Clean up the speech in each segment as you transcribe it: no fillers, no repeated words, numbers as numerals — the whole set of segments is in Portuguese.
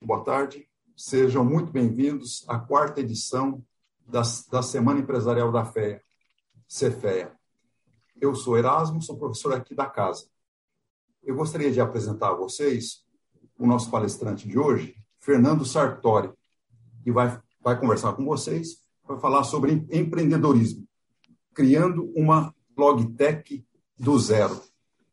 boa tarde. Sejam muito bem-vindos à quarta edição da Semana Empresarial da FEA, Cefeia. Eu sou Erasmo, sou professor aqui da casa. Eu gostaria de apresentar a vocês o nosso palestrante de hoje, Fernando Sartori, que vai conversar com vocês, vai falar sobre empreendedorismo, criando uma logtech do zero.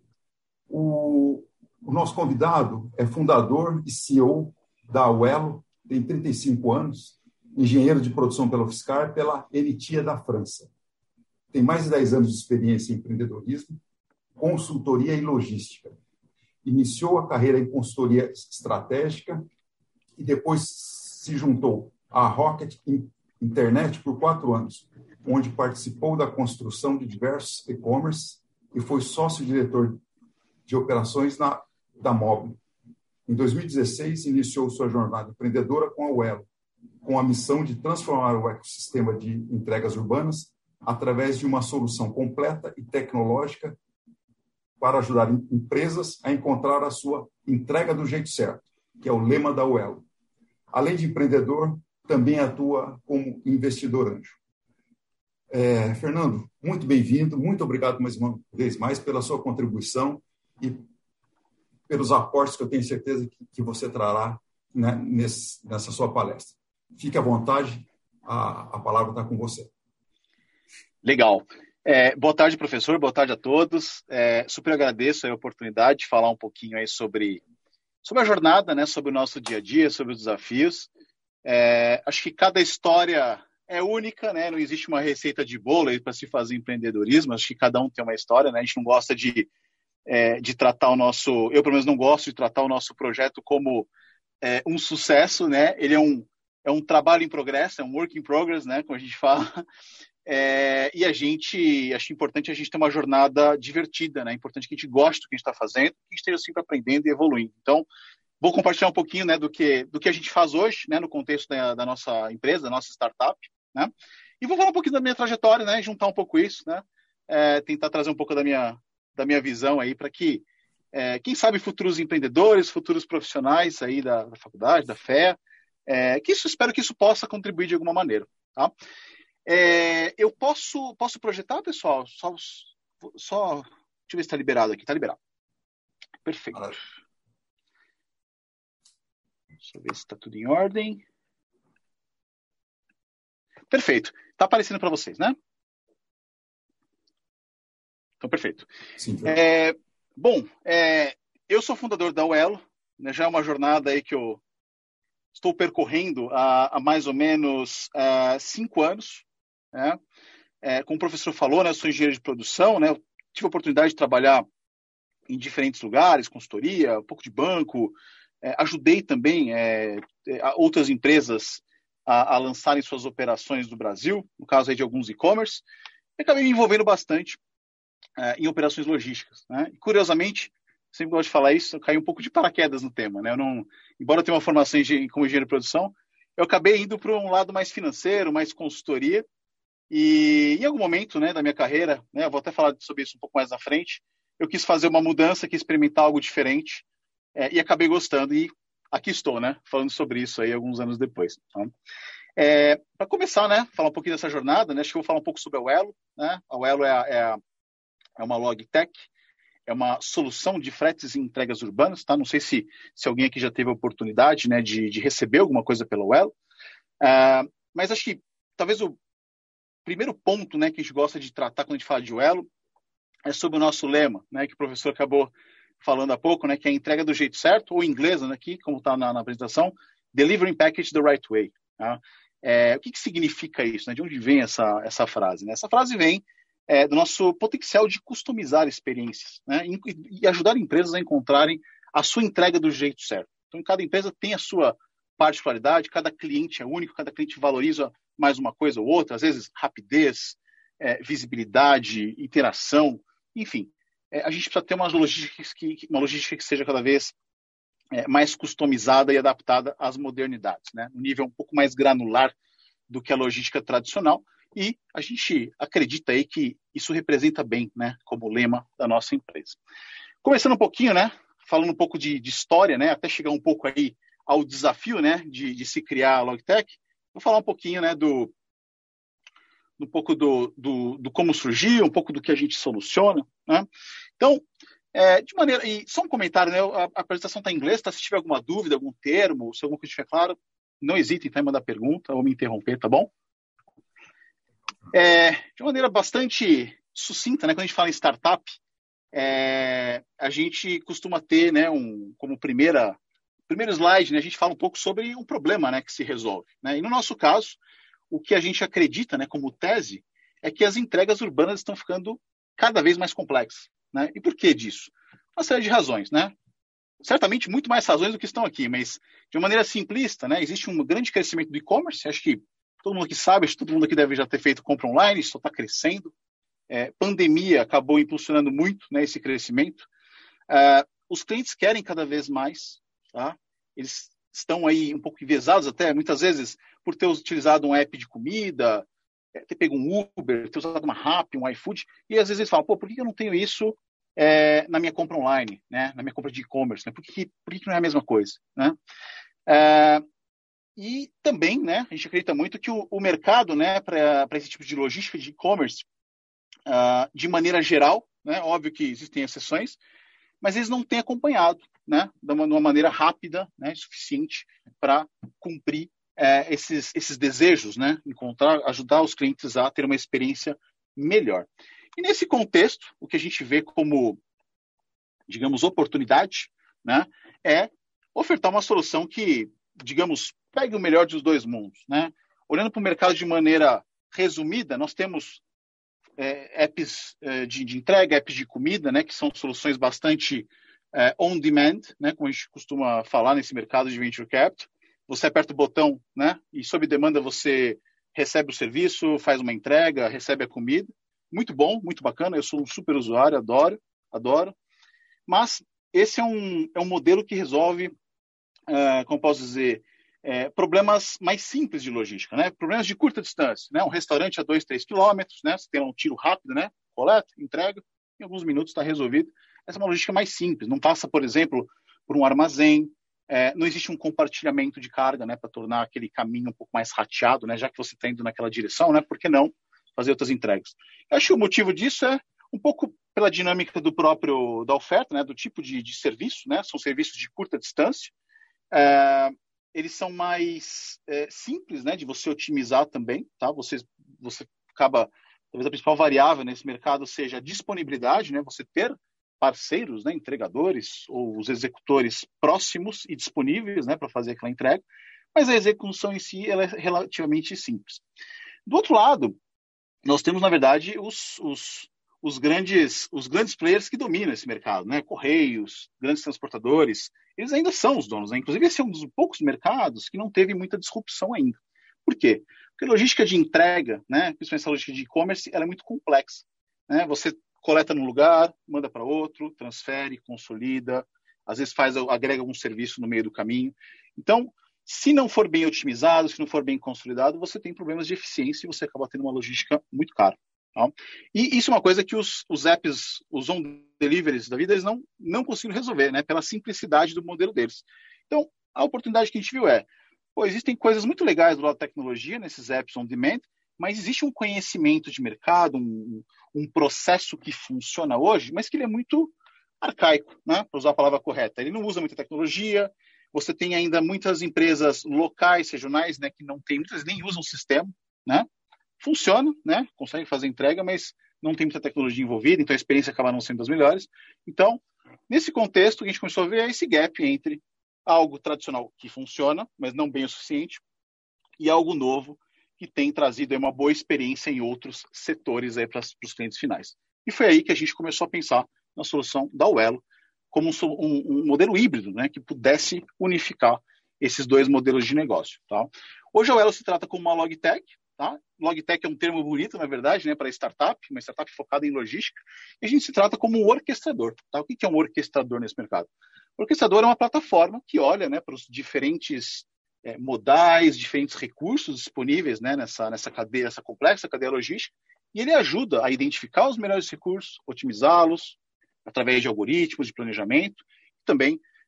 O nosso convidado é fundador e CEO da Uelo, tem 35 anos, engenheiro de produção pela UFSCar, pela Enitia da França. Tem mais de 10 anos de experiência em empreendedorismo, consultoria e logística. Iniciou a carreira em consultoria estratégica e depois se juntou à Rocket Internet por 4 anos, onde participou da construção de diversos e-commerce e foi sócio-diretor de operações da Mobile. Em 2016, iniciou sua jornada empreendedora com a Uelo, com a missão de transformar o ecossistema de entregas urbanas através de uma solução completa e tecnológica para ajudar empresas a encontrar a sua entrega do jeito certo, que é o lema da Uelo. Além de empreendedor, também atua como investidor anjo. Fernando, muito bem-vindo, muito obrigado mais uma vez mais pela sua contribuição e pelos aportes que eu tenho certeza que você trará, né, nessa sua palestra. Fique à vontade, a palavra está com você. Legal. Boa tarde, professor, boa tarde a todos. Super agradeço a oportunidade de falar um pouquinho aí sobre a jornada, né, sobre o nosso dia a dia, sobre os desafios. Acho que cada história é única, né? Não existe uma receita de bolo para se fazer empreendedorismo. Acho que cada um tem uma história, né? A gente não gosta de tratar eu pelo menos não gosto de tratar o nosso projeto como um sucesso, né? Ele é um trabalho em progresso, é um work in progress, né? Como a gente fala. E acho importante a gente ter uma jornada divertida, né? É importante que a gente goste do que a gente está fazendo, que a gente esteja sempre aprendendo e evoluindo. Então, vou compartilhar um pouquinho, né, do que a gente faz hoje, né, no contexto da nossa empresa, da nossa startup, né? E vou falar um pouquinho da minha trajetória, né? Juntar um pouco isso, né? Tentar trazer um pouco da minha visão aí para que, quem sabe, futuros empreendedores, futuros profissionais aí da faculdade, da FEA, espero que isso possa contribuir de alguma maneira, tá? Eu posso projetar, pessoal? Só deixa eu ver se está liberado aqui. Está liberado. Perfeito. Deixa eu ver se está tudo em ordem. Perfeito. Está aparecendo para vocês, né? Então, perfeito. Sim, bom, eu sou fundador da Uelo, né? Já é uma jornada aí que eu estou percorrendo há mais ou menos 5 anos. Né? Como o professor falou, né, eu sou engenheiro de produção, né? Eu tive a oportunidade de trabalhar em diferentes lugares, consultoria, um pouco de banco, ajudei também outras empresas a lançarem suas operações no Brasil, no caso aí de alguns e-commerce, e acabei me envolvendo bastante em operações logísticas. Né? E, curiosamente, sempre gosto de falar isso, eu caí um pouco de paraquedas no tema. Né? Embora eu tenha uma formação como engenheiro de produção, eu acabei indo para um lado mais financeiro, mais consultoria, e em algum momento, né, da minha carreira, né, eu vou até falar sobre isso um pouco mais na frente, eu quis fazer uma mudança, quis experimentar algo diferente, e acabei gostando, e aqui estou, né, falando sobre isso aí alguns anos depois. Tá? Para começar, né, falar um pouquinho dessa jornada, né, acho que eu vou falar um pouco sobre a Uelo. Né? A Uelo é uma logtech, é uma solução de fretes e entregas urbanas. Tá? Não sei se alguém aqui já teve a oportunidade, né, de receber alguma coisa pela Uelo, mas acho que talvez o primeiro ponto, né, que a gente gosta de tratar quando a gente fala de Uelo é sobre o nosso lema, né, que o professor acabou falando há pouco, né, que é a entrega do jeito certo, ou em inglês, né, aqui, como está na apresentação, delivering package the right way. Tá? O que significa isso? Né? De onde vem essa frase? Né? Essa frase vem do nosso potencial de customizar experiências, né, e ajudar empresas a encontrarem a sua entrega do jeito certo. Então, cada empresa tem a sua particularidade, cada cliente é único, cada cliente valoriza mais uma coisa ou outra, às vezes rapidez, visibilidade, interação, enfim. A gente precisa ter uma logística que seja cada vez mais customizada e adaptada às modernidades, né? Um nível um pouco mais granular do que a logística tradicional, e a gente acredita aí que isso representa bem, né, como lema da nossa empresa. Começando um pouquinho, né, falando um pouco de história, né, até chegar um pouco aí ao desafio, né, de se criar a Logitech, vou falar um pouquinho, né, do como surgiu, um pouco do que a gente soluciona, né? Então, e só um comentário, né? A apresentação está em inglês, tá? Se tiver alguma dúvida, algum termo, se alguma coisa estiver claro, não hesitem em mandar pergunta ou me interromper, tá bom? De uma maneira bastante sucinta, né? Quando a gente fala em startup, a gente costuma ter, né, como primeiro slide, né, a gente fala um pouco sobre um problema, né, que se resolve, né? E no nosso caso, o que a gente acredita, né, como tese, é que as entregas urbanas estão ficando cada vez mais complexas, né? E por que disso? Uma série de razões, né? Certamente muito mais razões do que estão aqui, mas de uma maneira simplista, né, existe um grande crescimento do e-commerce. Acho que todo mundo aqui sabe, acho que todo mundo aqui deve já ter feito compra online, isso está crescendo. Pandemia acabou impulsionando muito, né, esse crescimento. Os clientes querem cada vez mais, tá? Eles estão aí um pouco enviesados até, muitas vezes, por ter utilizado um app de comida, ter pego um Uber, ter usado uma Rappi, um iFood, e às vezes eles falam, por que eu não tenho isso na minha compra online, né? Na minha compra de e-commerce? Né? Por que não é a mesma coisa? Né? E também, né, a gente acredita muito que o mercado, né, para esse tipo de logística de e-commerce, de maneira geral, né, óbvio que existem exceções, mas eles não têm acompanhado, né, de uma maneira rápida, né, suficiente para cumprir esses desejos, né, ajudar os clientes a ter uma experiência melhor. E nesse contexto, o que a gente vê como, digamos, oportunidade, né, é ofertar uma solução que, digamos, pegue o melhor dos dois mundos, né? Olhando para o mercado de maneira resumida, nós temos apps de entrega, apps de comida, né, que são soluções bastante on-demand, né, como a gente costuma falar nesse mercado de venture capital. Você aperta o botão, né, e sob demanda você recebe o serviço, faz uma entrega, recebe a comida. Muito bom, muito bacana. Eu sou um super usuário, adoro. Mas esse é um modelo que resolve, como posso dizer, problemas mais simples de logística, né? Problemas de curta distância, né? Um restaurante a 2, 3 quilômetros, né? Você tem um tiro rápido, né? Coleta, entrega, em alguns minutos está resolvido. Essa é uma logística mais simples, não passa, por exemplo, por um armazém, não existe um compartilhamento de carga, né? Para tornar aquele caminho um pouco mais rateado, né? Já que você está indo naquela direção, né? Por que não fazer outras entregas? Eu acho que o motivo disso é um pouco pela dinâmica da oferta, né? Do tipo de serviço, né? São serviços de curta distância. Eles são mais simples, né, de você otimizar também, tá? Você acaba, talvez a principal variável nesse mercado seja a disponibilidade, né? Você ter parceiros, né, entregadores ou os executores próximos e disponíveis, né, para fazer aquela entrega, mas a execução em si ela é relativamente simples. Do outro lado, nós temos, na verdade, os grandes players que dominam esse mercado, né? Correios, grandes transportadores, eles ainda são os donos, né? Inclusive, esse é um dos poucos mercados que não teve muita disrupção ainda. Por quê? Porque a logística de entrega, né, principalmente a logística de e-commerce, ela é muito complexa, né? Você coleta num lugar, manda para outro, transfere, consolida, às vezes agrega algum serviço no meio do caminho. Então, se não for bem otimizado, se não for bem consolidado, você tem problemas de eficiência e você acaba tendo uma logística muito cara. Tá? E isso é uma coisa que os apps, os on-deliveries da vida, eles não conseguiram resolver, né? Pela simplicidade do modelo deles. Então, a oportunidade que a gente viu existem coisas muito legais do lado da tecnologia nesses apps on-demand, mas existe um conhecimento de mercado, um processo que funciona hoje, mas que ele é muito arcaico, né? Para usar a palavra correta. Ele não usa muita tecnologia, você tem ainda muitas empresas locais, regionais, né, que muitas nem usam o sistema, né? Funciona, né? Consegue fazer entrega, mas não tem muita tecnologia envolvida, então a experiência acaba não sendo das melhores. Então, nesse contexto, a gente começou a ver esse gap entre algo tradicional que funciona, mas não bem o suficiente, e algo novo que tem trazido uma boa experiência em outros setores para os clientes finais. E foi aí que a gente começou a pensar na solução da Uelo como um modelo híbrido, né, que pudesse unificar esses dois modelos de negócio. Tá? Hoje a Uelo se trata como uma Logitech. Tá? Logitech é um termo bonito, na verdade, né, para startup, uma startup focada em logística, e a gente se trata como um orquestrador. Tá? O que é um orquestrador nesse mercado? O orquestrador é uma plataforma que olha, né, para os diferentes modais, diferentes recursos disponíveis, né, nessa cadeia, essa complexa cadeia logística, e ele ajuda a identificar os melhores recursos, otimizá-los através de algoritmos de planejamento, e também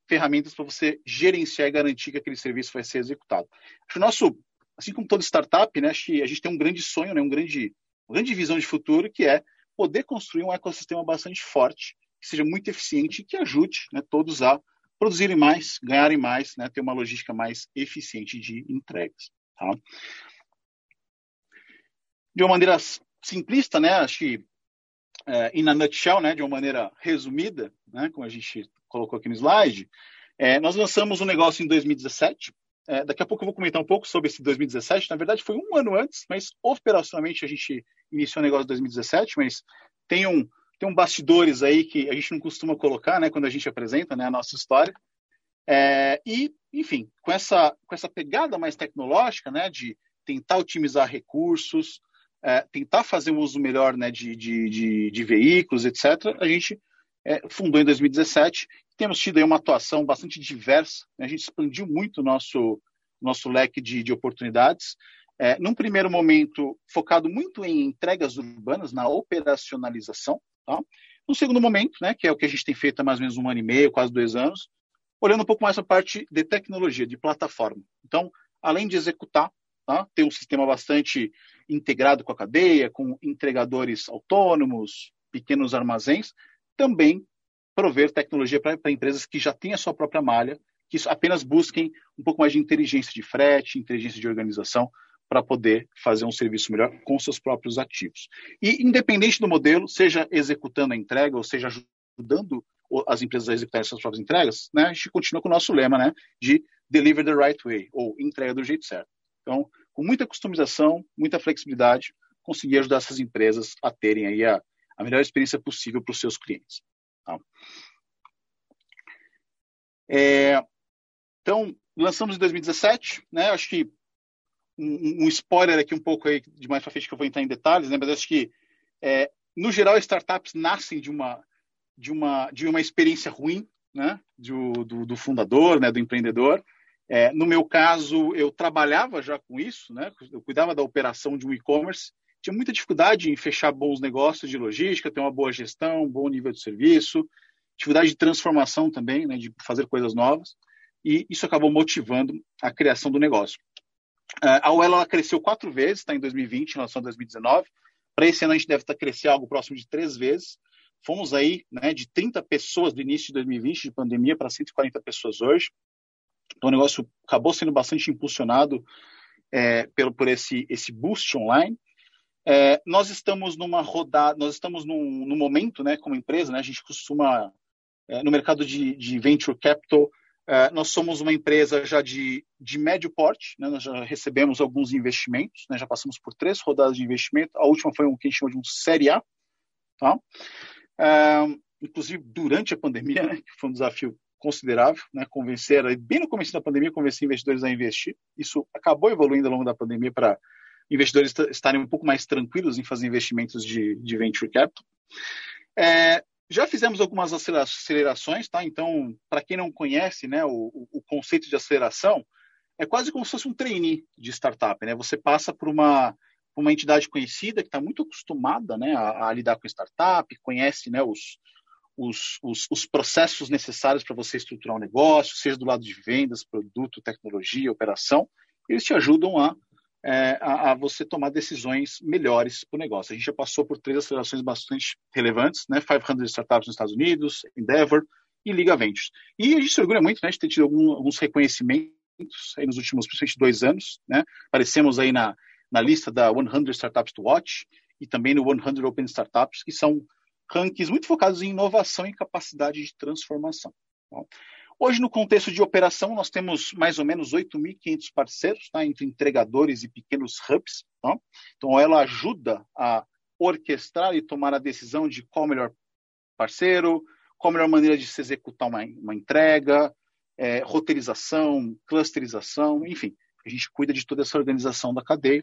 ferramentas para você gerenciar e garantir que aquele serviço vai ser executado. Acho que o nosso, assim como toda startup, né, acho que a gente tem um grande sonho, né, uma grande visão de futuro, que é poder construir um ecossistema bastante forte, que seja muito eficiente e que ajude, né, todos a produzirem mais, ganharem mais, né, ter uma logística mais eficiente de entregas. Tá? De uma maneira simplista, né, acho que in a nutshell, né, de uma maneira resumida, né, como a gente colocou aqui no slide, nós lançamos um negócio em 2017. Daqui a pouco eu vou comentar um pouco sobre esse 2017. Na verdade, foi um ano antes, mas operacionalmente a gente iniciou o negócio em 2017, mas tem um bastidores aí que a gente não costuma colocar, né, quando a gente apresenta, né, a nossa história. E, enfim, com essa pegada mais tecnológica, né, de tentar otimizar recursos, tentar fazer um uso melhor, né, de veículos, etc., a gente fundou em 2017. Temos tido aí uma atuação bastante diversa, né? A gente expandiu muito o nosso leque de oportunidades. Num primeiro momento, focado muito em entregas urbanas, na operacionalização. Tá? No segundo momento, né, que é o que a gente tem feito há mais ou menos 1 ano e meio, quase 2 anos, olhando um pouco mais a parte de tecnologia, de plataforma. Então, além de executar, tá, ter um sistema bastante integrado com a cadeia, com entregadores autônomos, pequenos armazéns, também prover tecnologia para empresas que já têm a sua própria malha, que apenas busquem um pouco mais de inteligência de frete, inteligência de organização, para poder fazer um serviço melhor com seus próprios ativos. E, independente do modelo, seja executando a entrega, ou seja ajudando as empresas a executarem suas próprias entregas, né, a gente continua com o nosso lema, né, de deliver the right way, ou entrega do jeito certo. Então, com muita customização, muita flexibilidade, conseguir ajudar essas empresas a terem aí a melhor experiência possível para os seus clientes. Tá? Então, lançamos em 2017, né? Acho que um spoiler aqui um pouco aí de mais para frente que eu vou entrar em detalhes, né? Mas acho que no geral startups nascem de uma experiência ruim, né? Do fundador, né? Do empreendedor. No meu caso, eu trabalhava já com isso, né? Eu cuidava da operação de um e-commerce, tinha muita dificuldade em fechar bons negócios de logística, ter uma boa gestão, um bom nível de serviço, dificuldade de transformação também, né? De fazer coisas novas, e isso acabou motivando a criação do negócio. A Uelo ela cresceu 4 vezes, está em 2020, em relação a 2019. Para esse ano a gente deve estar crescendo algo próximo de 3 vezes. Fomos aí, né, de 30 pessoas do início de 2020, de pandemia, para 140 pessoas hoje. Então o negócio acabou sendo bastante impulsionado por esse boost online. Nós estamos numa rodada, nós estamos num momento, né, como empresa, né, a gente costuma, no mercado de venture capital, nós somos uma empresa já de médio porte, né, nós já recebemos alguns investimentos, né, já passamos por 3 rodadas de investimento, a última foi que a gente chamou de um Série A, tá? Inclusive durante a pandemia, né, que foi um desafio considerável, né, bem no começo da pandemia, convencer investidores a investir. Isso acabou evoluindo ao longo da pandemia para investidores estarem um pouco mais tranquilos em fazer investimentos de venture capital. Já fizemos algumas acelerações, tá? Então, para quem não conhece, né, o conceito de aceleração, é quase como se fosse um trainee de startup, né? Você passa por uma entidade conhecida que está muito acostumada, né, a lidar com startup, conhece, né, os processos necessários para você estruturar um negócio, seja do lado de vendas, produto, tecnologia, operação. Eles te ajudam a você tomar decisões melhores para o negócio. A gente já passou por 3 acelerações bastante relevantes, né? 500 Startups nos Estados Unidos, Endeavor e Liga Ventures. E a gente se orgulha muito, né, de ter tido alguns reconhecimentos aí nos últimos, principalmente, 2 anos. Né? Aparecemos aí na lista da 100 Startups to Watch e também no 100 Open Startups, que são rankings muito focados em inovação e capacidade de transformação. Tá? Hoje, no contexto de operação, nós temos mais ou menos 8.500 parceiros, tá, entre entregadores e pequenos hubs. Tá? Então, ela ajuda a orquestrar e tomar a decisão de qual o melhor parceiro, qual a melhor maneira de se executar uma entrega, roteirização, clusterização, enfim. A gente cuida de toda essa organização da cadeia.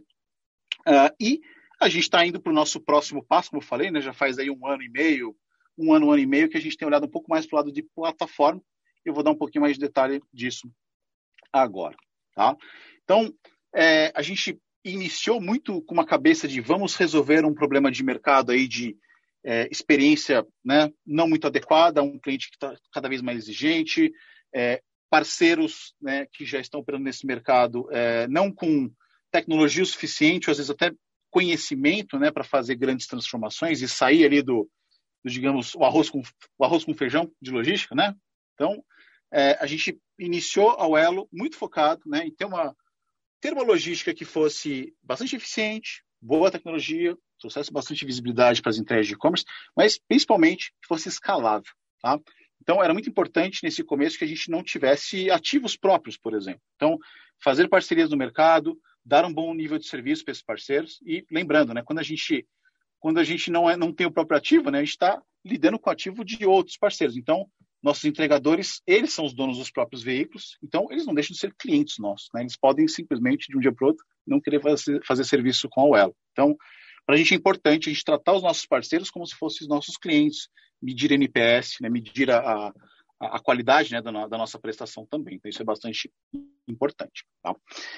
E a gente está indo para o nosso próximo passo, como eu falei, né, já faz aí 1 ano e meio, que a gente tem olhado um pouco mais para o lado de plataforma. Eu vou dar um pouquinho mais de detalhe disso agora. Tá? Então, a gente iniciou muito com uma cabeça de vamos resolver um problema de mercado aí de experiência, né, não muito adequada, um cliente que está cada vez mais exigente, parceiros, né, que já estão operando nesse mercado, não com tecnologia o suficiente, ou às vezes até conhecimento, né, para fazer grandes transformações e sair ali digamos, o arroz com feijão de logística, né? Então, a gente iniciou a Uelo muito focado, né, em ter uma logística que fosse bastante eficiente, boa tecnologia, trouxesse bastante visibilidade para as entregas de e-commerce, mas principalmente que fosse escalável, tá? Então, era muito importante nesse começo que a gente não tivesse ativos próprios, por exemplo. Então, fazer parcerias no mercado, dar um bom nível de serviço para esses parceiros e, lembrando, né, quando a gente não tem o próprio ativo, né, a gente está lidando com o ativo de outros parceiros. Então, nossos entregadores, eles são os donos dos próprios veículos, então eles não deixam de ser clientes nossos, né? Eles podem simplesmente, de um dia para o outro, não querer fazer serviço com a Uelo. Então, para a gente é importante a gente tratar os nossos parceiros como se fossem os nossos clientes, medir NPS, né, medir a qualidade, né, da nossa prestação também. Então, isso é bastante importante. Tá?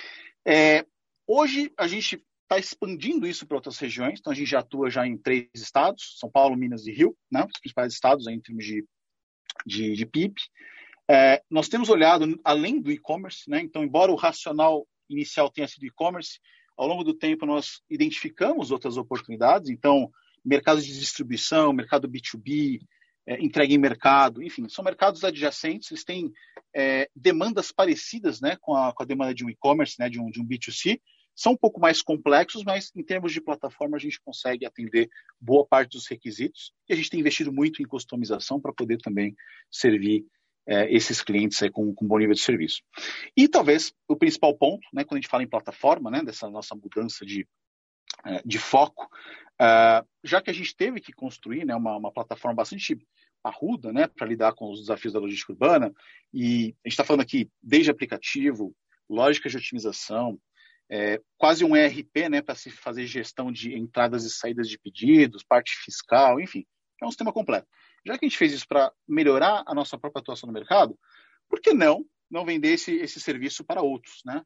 Hoje, a gente está expandindo isso para outras regiões, então a gente já atua já em 3 estados, São Paulo, Minas e Rio, né, os principais estados aí, em termos de PIB. Nós temos olhado além do e-commerce, né, então, embora o racional inicial tenha sido e-commerce, ao longo do tempo nós identificamos outras oportunidades, então, mercado de distribuição, mercado B2B, entrega em mercado, enfim, são mercados adjacentes, eles têm demandas parecidas, né, com a demanda de um e-commerce, né, de um B2C, são um pouco mais complexos, mas em termos de plataforma a gente consegue atender boa parte dos requisitos e a gente tem investido muito em customização para poder também servir esses clientes aí com bom nível de serviço. E talvez o principal ponto, né, quando a gente fala em plataforma, né, dessa nossa mudança de foco, já que a gente teve que construir, né, uma plataforma bastante parruda, né, para lidar com os desafios da logística urbana, e a gente está falando aqui desde aplicativo, lógica de otimização, quase um ERP, né, para se fazer gestão de entradas e saídas de pedidos, parte fiscal, enfim, é um sistema completo. Já que a gente fez isso para melhorar a nossa própria atuação no mercado, por que não vender esse serviço para outros, né?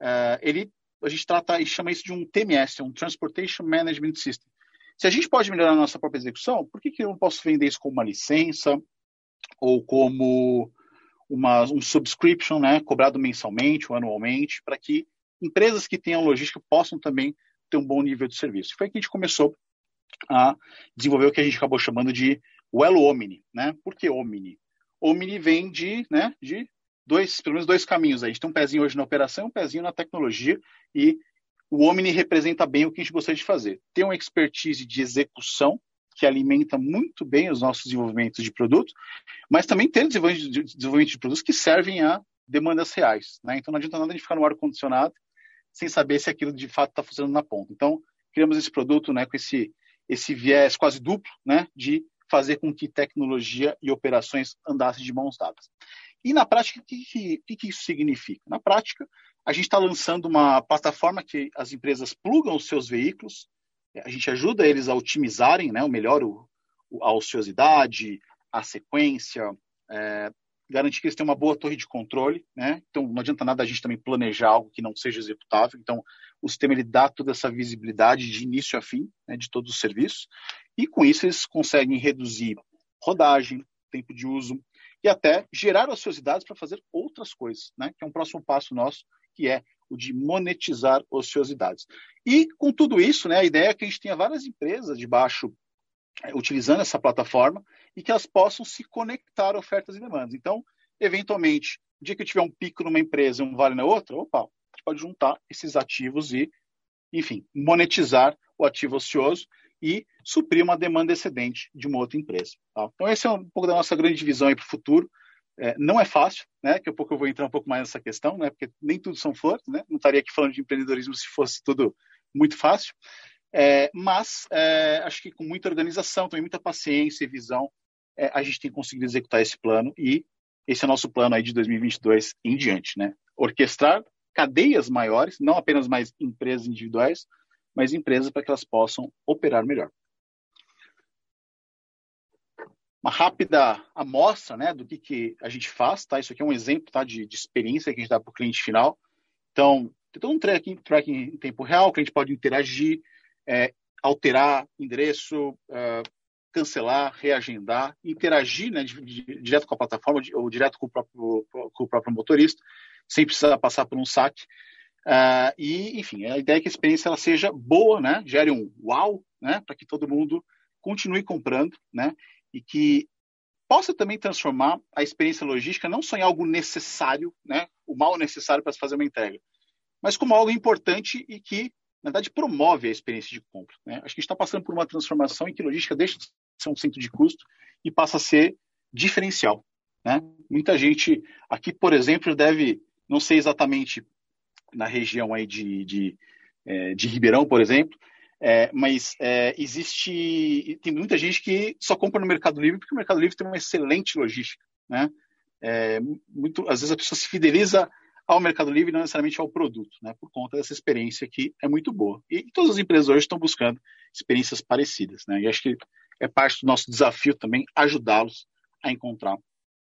A gente trata e chama isso de um TMS, um Transportation Management System. Se a gente pode melhorar a nossa própria execução, por que eu não posso vender isso como uma licença ou como um subscription, né, cobrado mensalmente ou anualmente, para que empresas que tenham logística possam também ter um bom nível de serviço. Foi que a gente começou a desenvolver o que a gente acabou chamando de Uelo Omni, né? Por que Omni? Omni vem de pelo menos 2 caminhos. A gente tem um pezinho hoje na operação e um pezinho na tecnologia, e o Omni representa bem o que a gente gostaria de fazer. Ter uma expertise de execução que alimenta muito bem os nossos desenvolvimentos de produto, mas também ter desenvolvimento de produtos que servem a demandas reais, né? Então não adianta nada a gente ficar no ar-condicionado sem saber se aquilo de fato está funcionando na ponta. Então, criamos esse produto, né, com esse viés quase duplo, né, de fazer com que tecnologia e operações andassem de mãos dadas. E na prática, o que isso significa? Na prática, a gente está lançando uma plataforma que as empresas plugam os seus veículos, a gente ajuda eles a otimizarem, né, melhor a ociosidade, a sequência, garantir que eles tenham uma boa torre de controle, né? Então, não adianta nada a gente também planejar algo que não seja executável. Então, o sistema ele dá toda essa visibilidade de início a fim, né, de todos os serviços, e com isso eles conseguem reduzir rodagem, tempo de uso e até gerar ociosidades para fazer outras coisas, né? Que é um próximo passo nosso, que é o de monetizar ociosidades. E com tudo isso, né, a ideia é que a gente tenha várias empresas de baixo utilizando essa plataforma e que elas possam se conectar a ofertas e demandas. Então, eventualmente, no dia que eu tiver um pico numa empresa e um vale na outra, a gente pode juntar esses ativos e, enfim, monetizar o ativo ocioso e suprir uma demanda excedente de uma outra empresa. Tá? Então, esse é um pouco da nossa grande divisão para o futuro. Não é fácil, né? Daqui a pouco eu vou entrar um pouco mais nessa questão, né? Porque nem tudo são flores, né? Não estaria aqui falando de empreendedorismo se fosse tudo muito fácil. Mas acho que com muita organização, também muita paciência e visão, a gente tem conseguido executar esse plano, e esse é o nosso plano aí de 2022 em diante, né? Orquestrar cadeias maiores, não apenas mais empresas individuais, mas empresas para que elas possam operar melhor. Uma rápida amostra, né, do que a gente faz, tá? Isso aqui é um exemplo, tá, de experiência que a gente dá para o cliente final. Então, tem todo um tracking em tempo real, que a gente pode interagir, alterar endereço, cancelar, reagendar, interagir, né, direto com a plataforma ou direto com o próprio motorista, sem precisar passar por um saque. E, enfim, a ideia é que a experiência ela seja boa, né, gere um uau, né, para que todo mundo continue comprando, né, e que possa também transformar a experiência logística não só em algo necessário, né, o mal necessário para se fazer uma entrega, mas como algo importante e que, na verdade, promove a experiência de compra, né? Acho que a gente está passando por uma transformação em que a logística deixa de ser um centro de custo e passa a ser diferencial, né? Muita gente aqui, por exemplo, deve, não sei exatamente na região aí de Ribeirão, por exemplo, mas tem muita gente que só compra no Mercado Livre porque o Mercado Livre tem uma excelente logística, né? Às vezes a pessoa se fideliza ao Mercado Livre, não necessariamente ao produto, né? Por conta dessa experiência que é muito boa. E todas as empresas hoje estão buscando experiências parecidas, né? E acho que é parte do nosso desafio também ajudá-los a encontrar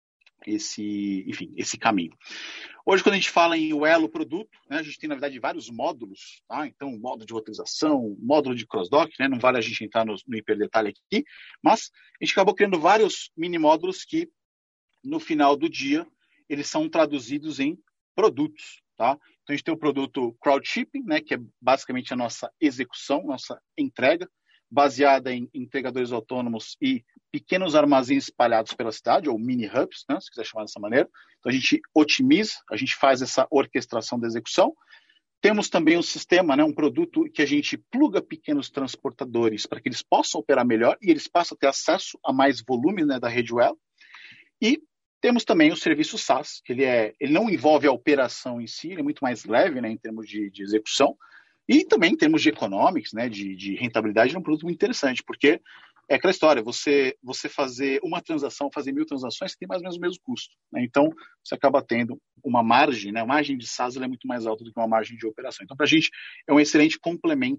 esse caminho. Hoje, quando a gente fala em Uelo produto, né, a gente tem, na verdade, vários módulos, tá? Então, módulo de roteirização, módulo de cross-dock, né? Não vale a gente entrar no hiperdetalhe aqui, mas a gente acabou criando vários mini-módulos que, no final do dia, eles são traduzidos em produtos, tá? Então, a gente tem o produto Crowdshipping, né, que é basicamente a nossa execução, nossa entrega, baseada em entregadores autônomos e pequenos armazéns espalhados pela cidade, ou mini-hubs, né, se quiser chamar dessa maneira. Então, a gente otimiza, a gente faz essa orquestração da execução. Temos também um sistema, né, um produto que a gente pluga pequenos transportadores para que eles possam operar melhor e eles passam a ter acesso a mais volume, né, da rede Uelo. E temos também o serviço SaaS, que ele não envolve a operação em si, ele é muito mais leve, né, em termos de execução, e também em termos de economics, né, de rentabilidade, é um produto muito interessante, porque é aquela história, você fazer uma transação, fazer 1.000 transações, você tem mais ou menos o mesmo custo, né? Então, você acaba tendo uma margem, né? A margem de SaaS é muito mais alta do que uma margem de operação. Então, para a gente, é um excelente complemento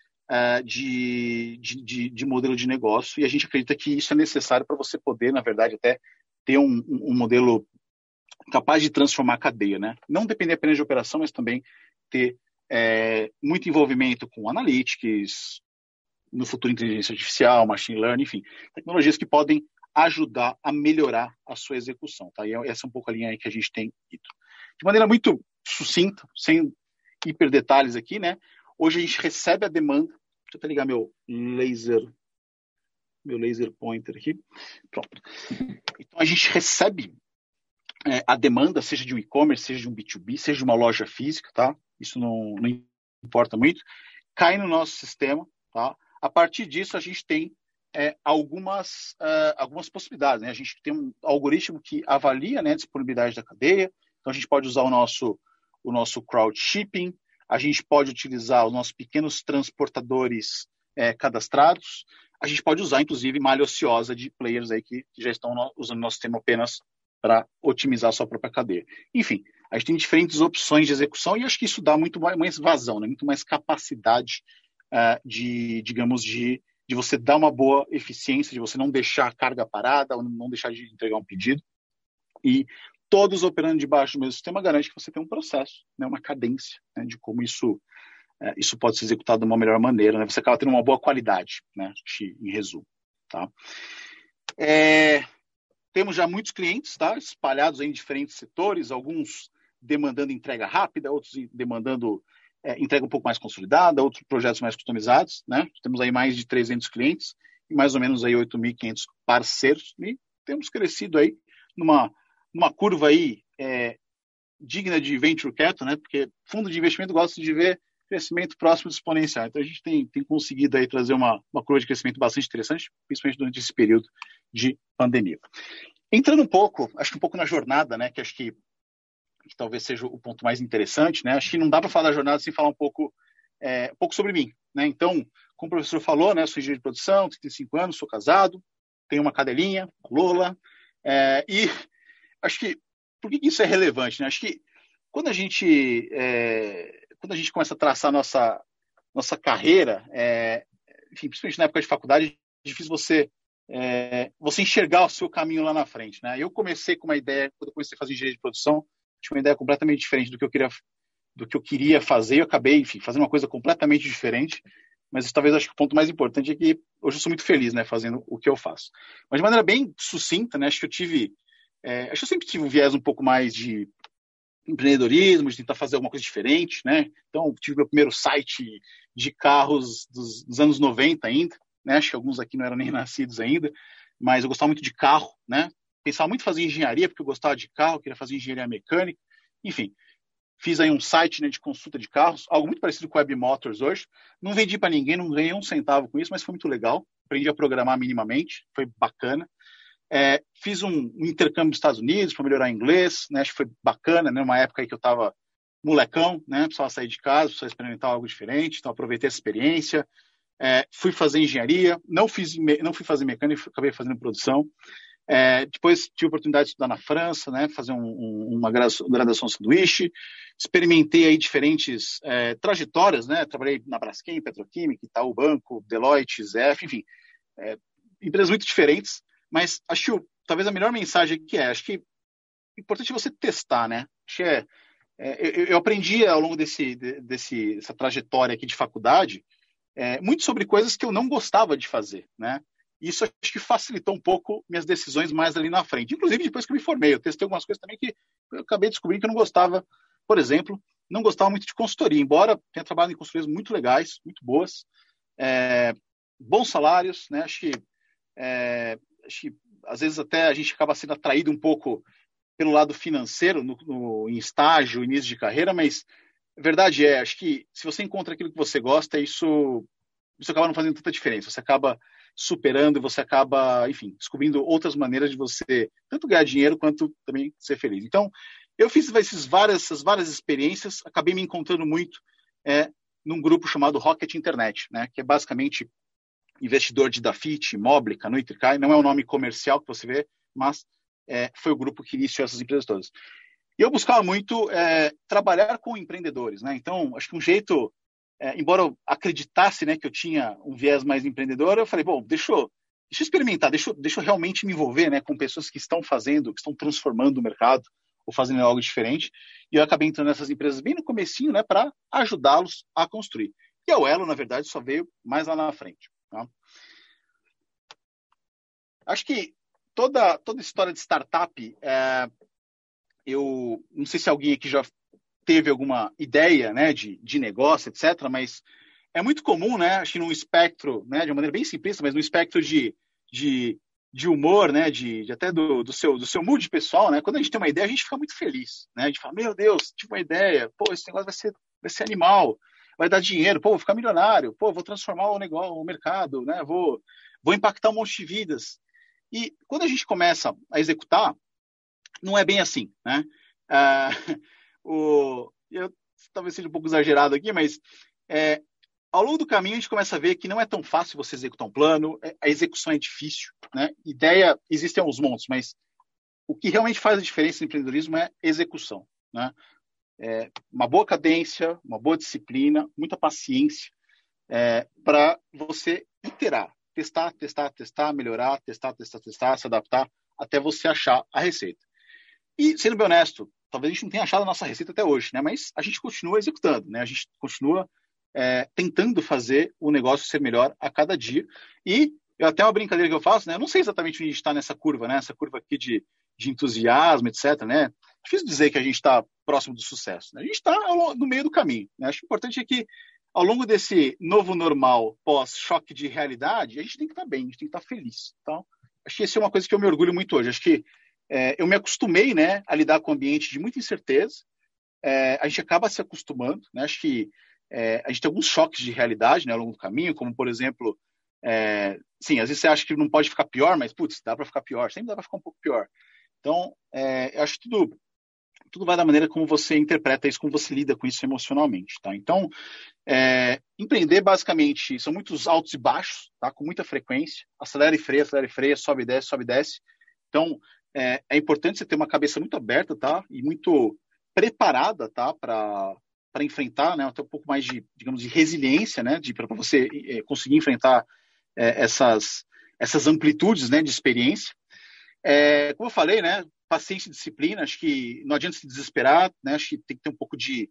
de modelo de negócio, e a gente acredita que isso é necessário para você poder, na verdade, até ter um modelo capaz de transformar a cadeia, né? Não depender apenas de operação, mas também ter muito envolvimento com analytics, no futuro inteligência artificial, machine learning, enfim, tecnologias que podem ajudar a melhorar a sua execução, tá? E essa é um pouco a linha aí que a gente tem ido. De maneira muito sucinta, sem hiper detalhes aqui, né? Hoje a gente recebe a demanda, deixa eu até ligar meu laser pointer aqui, pronto. Então a gente recebe a demanda, seja de um e-commerce, seja de um B2B, seja de uma loja física, tá? Isso não importa muito, cai no nosso sistema, tá? A partir disso, a gente tem algumas possibilidades, né? A gente tem um algoritmo que avalia, né, a disponibilidade da cadeia, então a gente pode usar o nosso crowdshipping, a gente pode utilizar os nossos pequenos transportadores cadastrados, a gente pode usar, inclusive, malha ociosa de players aí que já estão usando o nosso sistema apenas para otimizar a sua própria cadeia. Enfim, a gente tem diferentes opções de execução e acho que isso dá muito mais vazão, né? Muito mais capacidade de você dar uma boa eficiência, de você não deixar a carga parada, ou não deixar de entregar um pedido. E todos operando debaixo do mesmo sistema garante que você tem um processo, né? Uma cadência, né? De como isso pode ser executado de uma melhor maneira, né? Você acaba tendo uma boa qualidade, né? Em resumo, tá? Temos já muitos clientes, tá? Espalhados em diferentes setores, alguns demandando entrega rápida, outros demandando entrega um pouco mais consolidada, outros projetos mais customizados, né? Temos aí mais de 300 clientes e mais ou menos aí 8.500 parceiros e temos crescido aí numa curva aí digna de venture capital, né? Porque fundo de investimento gosta de ver crescimento próximo do exponencial. Então a gente tem conseguido aí trazer uma curva de crescimento bastante interessante, principalmente durante esse período de pandemia. Entrando acho que um pouco na jornada, né? Que acho que talvez seja o ponto mais interessante, né? Acho que não dá para falar da jornada sem falar um pouco sobre mim, né? Então, como o professor falou, né? Sou engenheiro de produção, 35 anos, sou casado, tenho uma cadelinha, Lola, e acho que por que isso é relevante, né? Acho que quando a gente começa a traçar nossa carreira, enfim, principalmente na época de faculdade, é difícil você enxergar o seu caminho lá na frente, né? Eu comecei com uma ideia, quando eu comecei a fazer engenharia de produção, tinha uma ideia completamente diferente do que eu queria fazer, eu acabei, enfim, fazendo uma coisa completamente diferente, mas talvez acho que o ponto mais importante é que hoje eu sou muito feliz, né, fazendo o que eu faço. Mas de maneira bem sucinta, né, acho que eu sempre tive um viés um pouco mais de empreendedorismo, de tentar fazer alguma coisa diferente, né? Então, tive meu primeiro site de carros dos anos 90 ainda, né? Acho que alguns aqui não eram nem nascidos ainda, mas eu gostava muito de carro, né? Pensava muito em fazer engenharia, porque eu gostava de carro, queria fazer engenharia mecânica, enfim. Fiz aí um site, né, de consulta de carros, algo muito parecido com o Web Motors hoje. Não vendi para ninguém, não ganhei um centavo com isso, mas foi muito legal. Aprendi a programar minimamente, foi bacana. Fiz um intercâmbio nos Estados Unidos para melhorar inglês, né? Acho que foi bacana, né? Uma época aí que eu estava molecão, né? Precisava sair de casa, precisava experimentar algo diferente, então aproveitei essa experiência. Fui fazer engenharia, não fui fazer mecânica, acabei fazendo produção. Depois tive a oportunidade de estudar na França, né? Fazer uma graduação sanduíche. Experimentei aí diferentes trajetórias, né? Trabalhei na Braskem, Petroquímica, Itaú Banco, Deloitte, ZF, enfim, empresas muito diferentes. Mas acho que talvez a melhor mensagem aqui acho que é importante você testar, né? Acho que eu aprendi ao longo dessa trajetória aqui de faculdade muito sobre coisas que eu não gostava de fazer, né? Isso acho que facilitou um pouco minhas decisões mais ali na frente. Inclusive, depois que eu me formei, eu testei algumas coisas também que eu acabei descobrindo que eu não gostava. Por exemplo, não gostava muito de consultoria, embora tenha trabalhado em consultorias muito legais, muito boas, bons salários, né? Acho que às vezes até a gente acaba sendo atraído um pouco pelo lado financeiro em estágio, início de carreira, mas a verdade acho que se você encontra aquilo que você gosta, isso acaba não fazendo tanta diferença. Você acaba superando e você acaba, enfim, descobrindo outras maneiras de você tanto ganhar dinheiro quanto também ser feliz. Então, eu fiz essas várias experiências, acabei me encontrando muito num grupo chamado Rocket Internet, né, que é basicamente investidor de Dafit, Moblica, Nutricai, não é o nome comercial que você vê, mas foi o grupo que iniciou essas empresas todas. E eu buscava muito trabalhar com empreendedores, né? Então, acho que um jeito, embora eu acreditasse, né, que eu tinha um viés mais empreendedor, eu falei, bom, deixa eu experimentar, deixa eu realmente me envolver, né, com pessoas que estão fazendo, que estão transformando o mercado ou fazendo algo diferente. E eu acabei entrando nessas empresas bem no comecinho, né, para ajudá-los a construir. E a Uelo, na verdade, só veio mais lá na frente. Tá? Acho que toda história de startup, eu não sei se alguém aqui já teve alguma ideia, né, de negócio, etc., mas é muito comum, né, acho que num espectro, né, de uma maneira bem simplista, mas num espectro de humor, né, até do seu mood pessoal, né, quando a gente tem uma ideia, a gente fica muito feliz, né, a gente fala, meu Deus, tive uma ideia, pô, esse negócio vai ser animal, vai dar dinheiro, pô, vou ficar milionário, pô, vou transformar o negócio, o mercado, né, vou impactar um monte de vidas. E quando a gente começa a executar, não é bem assim, né? Eu talvez seja um pouco exagerado aqui, mas ao longo do caminho a gente começa a ver que não é tão fácil você executar um plano, a execução é difícil, né? Ideia, existem alguns montes, mas o que realmente faz a diferença no empreendedorismo é execução, né? Uma boa cadência, uma boa disciplina, muita paciência para você iterar, testar, melhorar, testar, se adaptar, até você achar a receita. E, sendo bem honesto, talvez a gente não tenha achado a nossa receita até hoje, né? Mas a gente continua executando, né? A gente continua tentando fazer o negócio ser melhor a cada dia. E até uma brincadeira que eu faço, né? Eu não sei exatamente onde a gente está nessa curva, né? Essa curva aqui de entusiasmo, etc., né? Difícil dizer que a gente está próximo do sucesso, né? A gente está no meio do caminho, né? Acho que o importante é que ao longo desse novo normal pós-choque de realidade, a gente tem que estar bem, a gente tem que estar feliz. Então, acho que essa é uma coisa que eu me orgulho muito hoje. Acho que eu me acostumei, né, a lidar com um ambiente de muita incerteza. A gente acaba se acostumando, né? Acho que a gente tem alguns choques de realidade, né, ao longo do caminho, como, por exemplo, sim, às vezes você acha que não pode ficar pior, mas, putz, dá para ficar pior, sempre dá para ficar um pouco pior. Então, eu acho que tudo vai da maneira como você interpreta isso, como você lida com isso emocionalmente, tá? Então, empreender, basicamente, são muitos altos e baixos, tá? Com muita frequência, acelera e freia, sobe e desce. Então, é importante você ter uma cabeça muito aberta, tá? E muito preparada, tá? Para enfrentar, né? Até um pouco mais de, digamos, de resiliência, né? Para você conseguir enfrentar essas amplitudes, né? De experiência. Como eu falei, né? Paciência e disciplina, acho que não adianta se desesperar, né? Acho que tem que ter um pouco de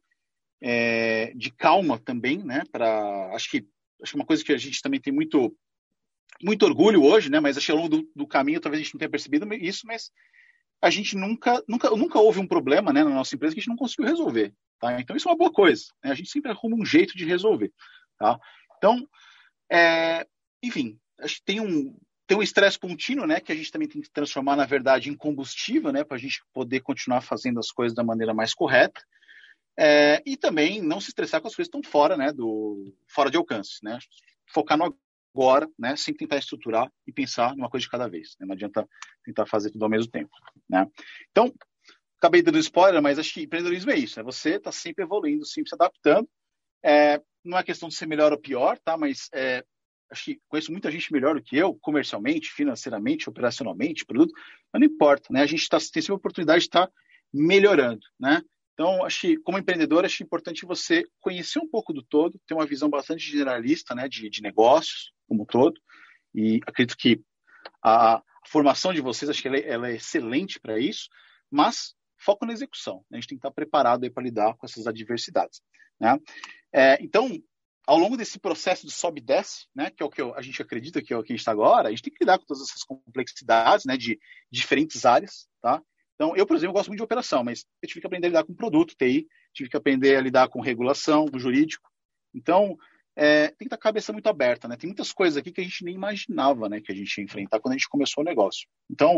calma também, né? Acho que uma coisa que a gente também tem muito muito orgulho hoje, né? Mas acho que ao longo do caminho talvez a gente não tenha percebido isso, mas a gente nunca houve um problema, né, na nossa empresa que a gente não conseguiu resolver, tá? Então isso é uma boa coisa, né? A gente sempre arruma um jeito de resolver, tá? Então, enfim, acho que tem um estresse contínuo, né, que a gente também tem que transformar, na verdade, em combustível, né, para a gente poder continuar fazendo as coisas da maneira mais correta, e também não se estressar com as coisas que estão fora, né, fora de alcance, né? Focar no agora, né, sem tentar estruturar e pensar numa coisa de cada vez, né? Não adianta tentar fazer tudo ao mesmo tempo, né? Então, acabei dando spoiler, mas acho que empreendedorismo é isso, né? Você está sempre evoluindo, sempre se adaptando. Não é questão de ser melhor ou pior, tá? Mas acho que conheço muita gente melhor do que eu, comercialmente, financeiramente, operacionalmente, produto, mas não importa, né? A gente tem sempre a oportunidade de estar melhorando, né? Então, acho que, como empreendedor, acho importante você conhecer um pouco do todo, ter uma visão bastante generalista, né, de negócios como um todo, e acredito que a formação de vocês, acho que ela é excelente para isso, mas foco na execução, né? A gente tem que estar preparado para lidar com essas adversidades, né? Então, ao longo desse processo de sobe e desce, né, que é o que a gente acredita que é o que a gente está agora, a gente tem que lidar com todas essas complexidades, né, de diferentes áreas, tá? Então, eu, por exemplo, gosto muito de operação, mas eu tive que aprender a lidar com produto, TI, tive que aprender a lidar com regulação, com jurídico. Então, tem que estar com a cabeça muito aberta, né? Tem muitas coisas aqui que a gente nem imaginava, né, que a gente ia enfrentar quando a gente começou o negócio. Então,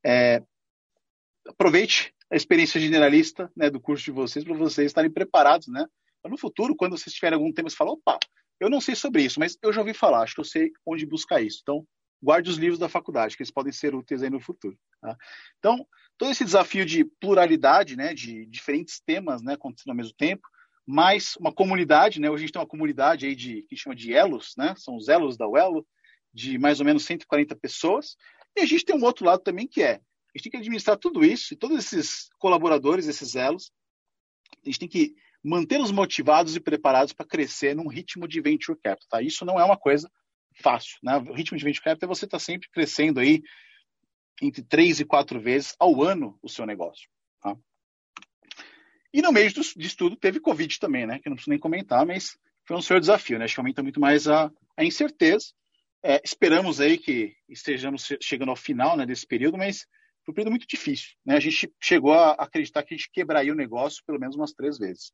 aproveite a experiência generalista, né, do curso de vocês para vocês estarem preparados, né? Para no futuro, quando vocês tiverem algum tema, você fala, opa, eu não sei sobre isso, mas eu já ouvi falar, acho que eu sei onde buscar isso. Então, guarde os livros da faculdade, que eles podem ser úteis aí no futuro, tá? Então, todo esse desafio de pluralidade, né, de diferentes temas, né, acontecendo ao mesmo tempo, mais uma comunidade, né? Hoje a gente tem uma comunidade aí que a gente chama de elos, né? São os elos da UELO, de mais ou menos 140 pessoas. E a gente tem um outro lado também que a gente tem que administrar tudo isso, e todos esses colaboradores, esses elos, a gente tem que mantê-los motivados e preparados para crescer num ritmo de venture capital, tá? Isso não é uma coisa fácil, né? O ritmo de venture capital é você estar sempre crescendo aí entre 3 e 4 vezes ao ano o seu negócio, tá? E no meio disso tudo teve Covid também, né? Que eu não preciso nem comentar, mas foi um senhor desafio, né? Acho que aumenta muito mais a incerteza. Esperamos aí que estejamos chegando ao final, né, desse período, mas foi um período muito difícil, né? A gente chegou a acreditar que a gente quebraria o negócio pelo menos umas 3 vezes.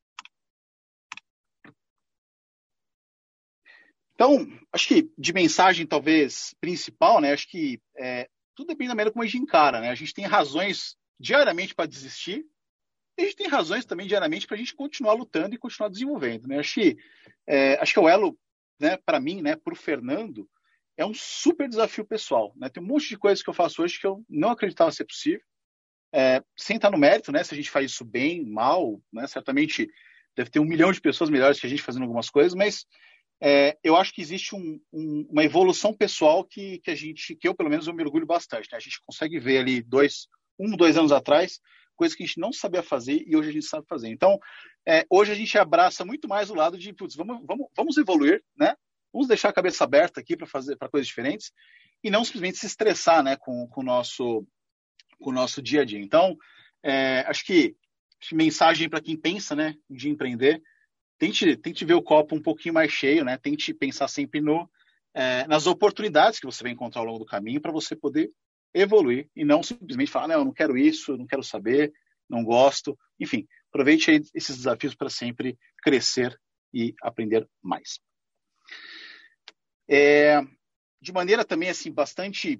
Então, acho que de mensagem talvez principal, né? Acho que tudo depende da maneira como a gente encara, né? A gente tem razões diariamente para desistir e a gente tem razões também diariamente para a gente continuar lutando e continuar desenvolvendo, né? Acho que o Elo, né, para mim, né, para o Fernando, é um super desafio pessoal, né? Tem um monte de coisas que eu faço hoje que eu não acreditava ser possível, sem estar no mérito, né? Se a gente faz isso bem, mal, né? Certamente deve ter 1 milhão de pessoas melhores que a gente fazendo algumas coisas, mas eu acho que existe uma evolução pessoal que eu, pelo menos, eu me orgulho bastante, né? A gente consegue ver ali 2 anos atrás, coisas que a gente não sabia fazer e hoje a gente sabe fazer. Então, hoje a gente abraça muito mais o lado de, putz, vamos evoluir, né? Vamos deixar a cabeça aberta aqui para coisas diferentes e não simplesmente se estressar, né, com o nosso dia a dia. Então, acho que mensagem para quem pensa, né, de empreender, tente ver o copo um pouquinho mais cheio, né? Tente pensar sempre nas oportunidades que você vai encontrar ao longo do caminho para você poder evoluir e não simplesmente falar, não, eu não quero isso, não quero saber, não gosto. Enfim, aproveite aí esses desafios para sempre crescer e aprender mais. De maneira também assim bastante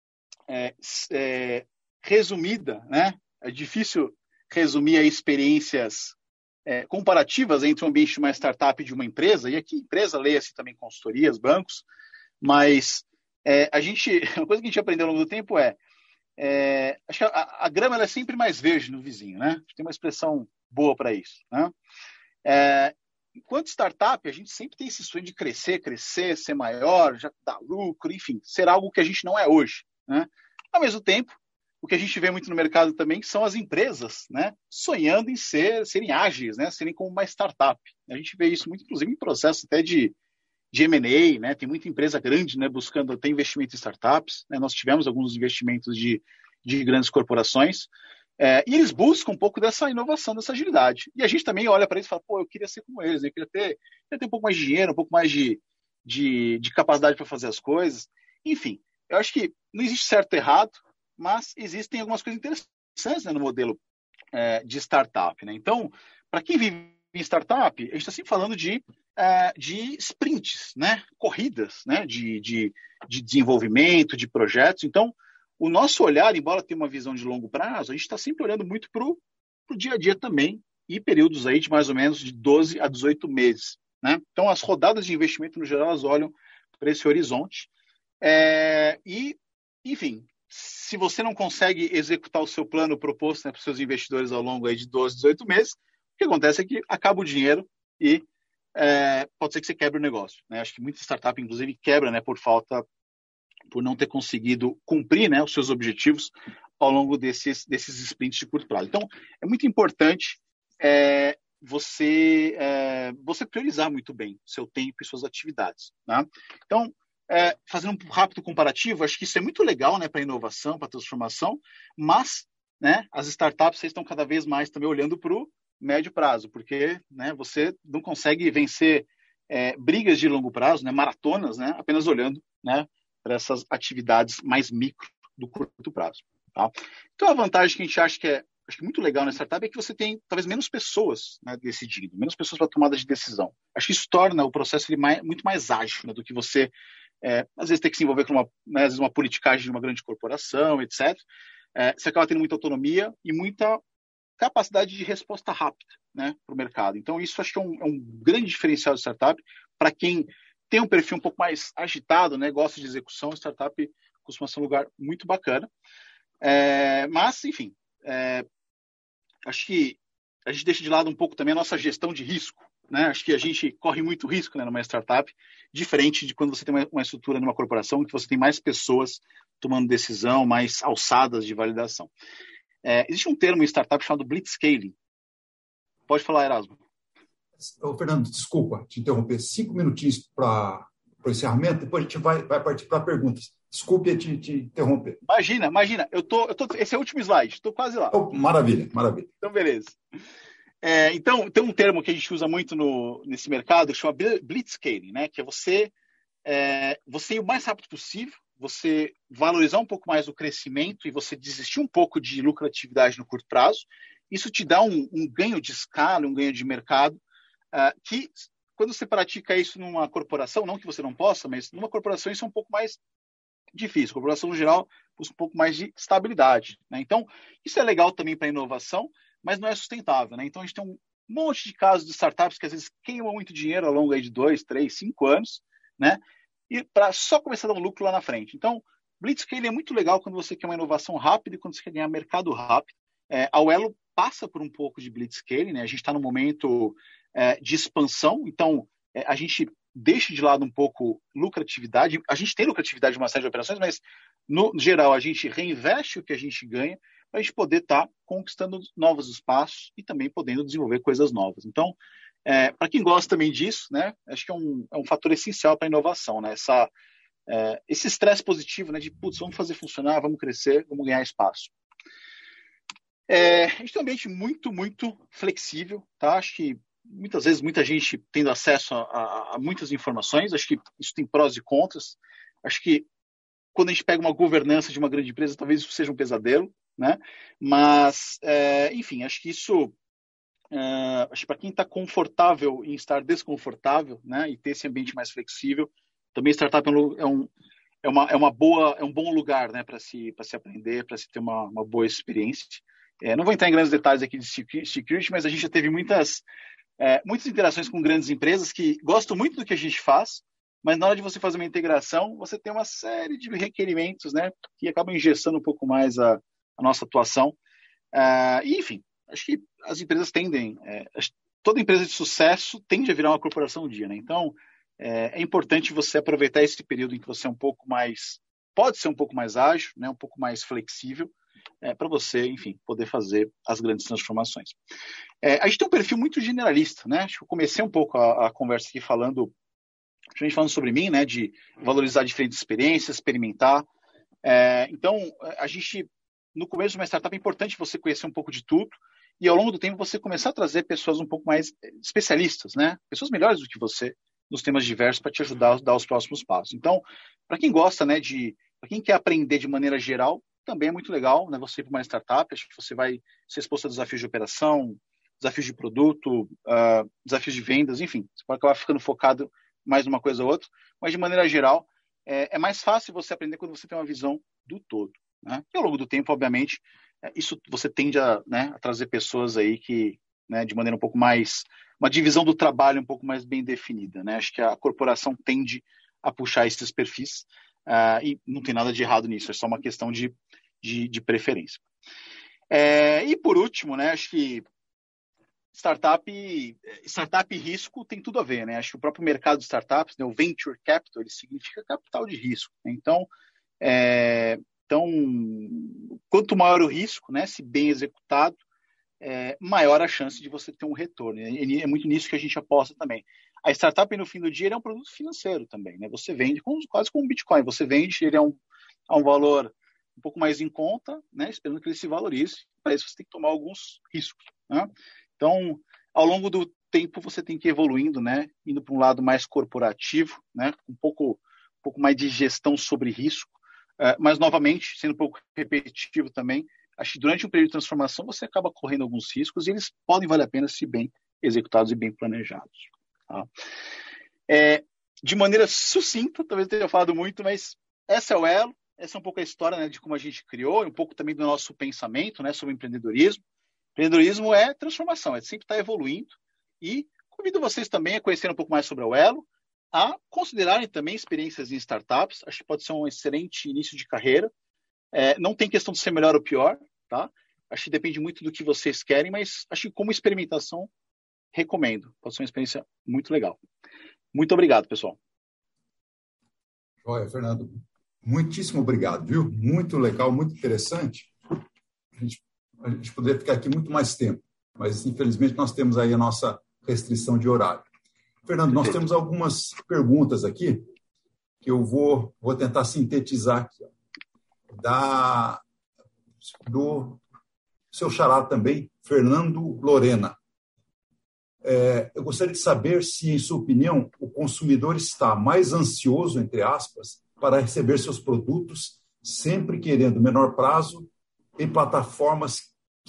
resumida, né? É difícil resumir as experiências comparativas entre um ambiente de uma startup e de uma empresa, e aqui empresa, leia-se também consultorias, bancos, mas uma coisa que a gente aprendeu ao longo do tempo acho que a grama ela é sempre mais verde no vizinho, né? Tem uma expressão boa para isso, né? Enquanto startup, a gente sempre tem esse sonho de crescer, ser maior, já dar lucro, enfim, ser algo que a gente não é hoje, né? Ao mesmo tempo, o que a gente vê muito no mercado também são as empresas, né, sonhando em serem ágeis, né, serem como uma startup. A gente vê isso muito, inclusive, em processo até de M&A, né? Tem muita empresa grande, né, buscando ter investimento em startups, né? Nós tivemos alguns investimentos de grandes corporações, e eles buscam um pouco dessa inovação, dessa agilidade. E a gente também olha para eles e fala, pô, eu queria ser como eles, né? Eu queria ter um pouco mais de dinheiro, um pouco mais de de capacidade para fazer as coisas. Enfim, eu acho que não existe certo e errado, mas existem algumas coisas interessantes, né, no modelo de startup, né? Então, para quem vive em startup, a gente está sempre falando de sprints, né? Corridas, né? De desenvolvimento, de projetos. Então, o nosso olhar, embora tenha uma visão de longo prazo, a gente está sempre olhando muito para o dia a dia também, e períodos aí de mais ou menos de 12 a 18 meses, né? Então, as rodadas de investimento, no geral, elas olham para esse horizonte. E, enfim, se você não consegue executar o seu plano proposto, né, para os seus investidores ao longo aí de 12, 18 meses, o que acontece é que acaba o dinheiro e pode ser que você quebre o negócio, né? Acho que muita startup, inclusive, quebra, né, por não ter conseguido cumprir, né, os seus objetivos ao longo desses sprints de curto prazo. Então, é muito importante você priorizar muito bem o seu tempo e suas atividades, né? Então, fazendo um rápido comparativo, acho que isso é muito legal, né, para inovação, para transformação, mas, né, as startups estão cada vez mais também olhando para o médio prazo, porque, né, você não consegue vencer brigas de longo prazo, né, maratonas, né, apenas olhando, né, para essas atividades mais micro do curto prazo. Tá? Então, a vantagem que a gente acha que é muito legal na startup é que você tem talvez menos pessoas, né, decidindo, menos pessoas para tomada de decisão. Acho que isso torna o processo muito mais ágil, né, do que você às vezes ter que se envolver com né, às vezes uma politicagem de uma grande corporação, etc. Você acaba tendo muita autonomia e muita capacidade de resposta rápida, né, para o mercado. Então, isso acho que é um grande diferencial de startup. Para quem tem um perfil um pouco mais agitado, né, gosta de execução, startup costuma ser um lugar muito bacana. Mas, enfim, acho que a gente deixa de lado um pouco também a nossa gestão de risco, né? Acho que a gente corre muito risco, né, numa startup, diferente de quando você tem uma estrutura numa corporação em que você tem mais pessoas tomando decisão, mais alçadas de validação. Existe um termo em startup chamado blitzscaling. Pode falar, Erasmo. Fernando, desculpa te interromper. 5 minutinhos para o encerramento, depois a gente vai partir para perguntas. Desculpe te interromper. Imagina. Esse é o último slide, estou quase lá. Oh, maravilha. Então, beleza. Então, tem um termo que a gente usa muito nesse mercado que chama blitzscaling, né? Que é você ir o mais rápido possível, você valorizar um pouco mais o crescimento e você desistir um pouco de lucratividade no curto prazo. Isso te dá um ganho de escala, um ganho de mercado, que quando você pratica isso numa corporação, não que você não possa, mas numa corporação isso é um pouco mais difícil. A corporação, no geral, busca um pouco mais de estabilidade, né? Então, isso é legal também para a inovação, mas não é sustentável, né? Então, a gente tem um monte de casos de startups que às vezes queimam muito dinheiro ao longo aí de 2, 3, 5 anos, né? E para só começar a dar um lucro lá na frente. Então, blitzscaling é muito legal quando você quer uma inovação rápida e quando você quer ganhar mercado rápido. A Uelo passa por um pouco de blitzscaling, né? A gente está no momento de expansão, então a gente deixa de lado um pouco lucratividade. A gente tem lucratividade de uma série de operações, mas no geral a gente reinveste o que a gente ganha para a gente poder estar conquistando novos espaços e também podendo desenvolver coisas novas. Então, para quem gosta também disso, né, acho que é um fator essencial para a inovação, né, esse estresse positivo, né, de putz, vamos fazer funcionar, vamos crescer, vamos ganhar espaço. A gente tem um ambiente muito, muito flexível, tá? Acho que muitas vezes muita gente tendo acesso a muitas informações, acho que isso tem prós e contras. Acho que quando a gente pega uma governança de uma grande empresa, talvez isso seja um pesadelo, né? Mas, enfim, acho que isso, acho que para quem está confortável em estar desconfortável, né, e ter esse ambiente mais flexível, também startup é um bom lugar, né, para se aprender, para se ter uma boa experiência. Não vou entrar em grandes detalhes aqui de security, mas a gente já teve muitas interações com grandes empresas que gostam muito do que a gente faz, mas na hora de você fazer uma integração, você tem uma série de requerimentos, né, que acabam engessando um pouco mais a nossa atuação. E, enfim, acho que as empresas tendem, toda empresa de sucesso tende a virar uma corporação um dia, né? Então, é importante você aproveitar esse período em que você pode ser um pouco mais ágil, né, um pouco mais flexível, para você, enfim, poder fazer as grandes transformações. A gente tem um perfil muito generalista, né? Acho que eu comecei um pouco a conversa aqui falando sobre mim, né? De valorizar diferentes experiências, experimentar. Então, a gente, no começo de uma startup, é importante você conhecer um pouco de tudo e, ao longo do tempo, você começar a trazer pessoas um pouco mais especialistas, né? Pessoas melhores do que você nos temas diversos para te ajudar a dar os próximos passos. Então, para quem gosta, né, para quem quer aprender de maneira geral, também é muito legal, né, você ir para uma startup, acho que você vai ser exposto a desafios de operação, desafios de produto, desafios de vendas, enfim, você pode acabar ficando focado mais numa coisa ou outra, mas de maneira geral, é mais fácil você aprender quando você tem uma visão do todo, né? E ao longo do tempo, obviamente, isso você tende né, a trazer pessoas aí que, né, de maneira um pouco mais, uma divisão do trabalho um pouco mais bem definida, né? Acho que a corporação tende a puxar esses perfis, e não tem nada de errado nisso, é só uma questão de preferência. E por último, né, acho que startup e risco tem tudo a ver, né? Acho que o próprio mercado de startups, né, o venture capital, ele significa capital de risco, né? Então, quanto maior o risco, né, se bem executado, maior a chance de você ter um retorno. E é muito nisso que a gente aposta também. A startup, no fim do dia, é um produto financeiro também, né? Você vende quase como um Bitcoin. Você vende, ele é um valor um pouco mais em conta, né, esperando que ele se valorize. Para isso, você tem que tomar alguns riscos, né? Então, ao longo do tempo, você tem que ir evoluindo, né, indo para um lado mais corporativo, né, um pouco mais de gestão sobre risco, mas, novamente, sendo um pouco repetitivo também, acho que durante um período de transformação você acaba correndo alguns riscos e eles podem valer a pena se bem executados e bem planejados. Tá? De maneira sucinta, talvez eu tenha falado muito, mas essa é o Elo, essa é um pouco a história, né, de como a gente criou, um pouco também do nosso pensamento, né, sobre empreendedorismo. Empreendedorismo é transformação, é sempre estar evoluindo, e convido vocês também a conhecer um pouco mais sobre o Elo, a considerarem também experiências em startups. Acho que pode ser um excelente início de carreira. Não tem questão de ser melhor ou pior, tá? Acho que depende muito do que vocês querem, mas acho que como experimentação, recomendo. Pode ser uma experiência muito legal. Muito obrigado, pessoal. Olha, Fernando, muitíssimo obrigado, viu? Muito legal, muito interessante. A gente poderia ficar aqui muito mais tempo, mas infelizmente nós temos aí a nossa restrição de horário. Fernando, nós temos algumas perguntas aqui que eu vou tentar sintetizar aqui. Do seu xará também, Fernando Lorena. Eu gostaria de saber se, em sua opinião, o consumidor está mais ansioso, entre aspas, para receber seus produtos, sempre querendo menor prazo em plataformas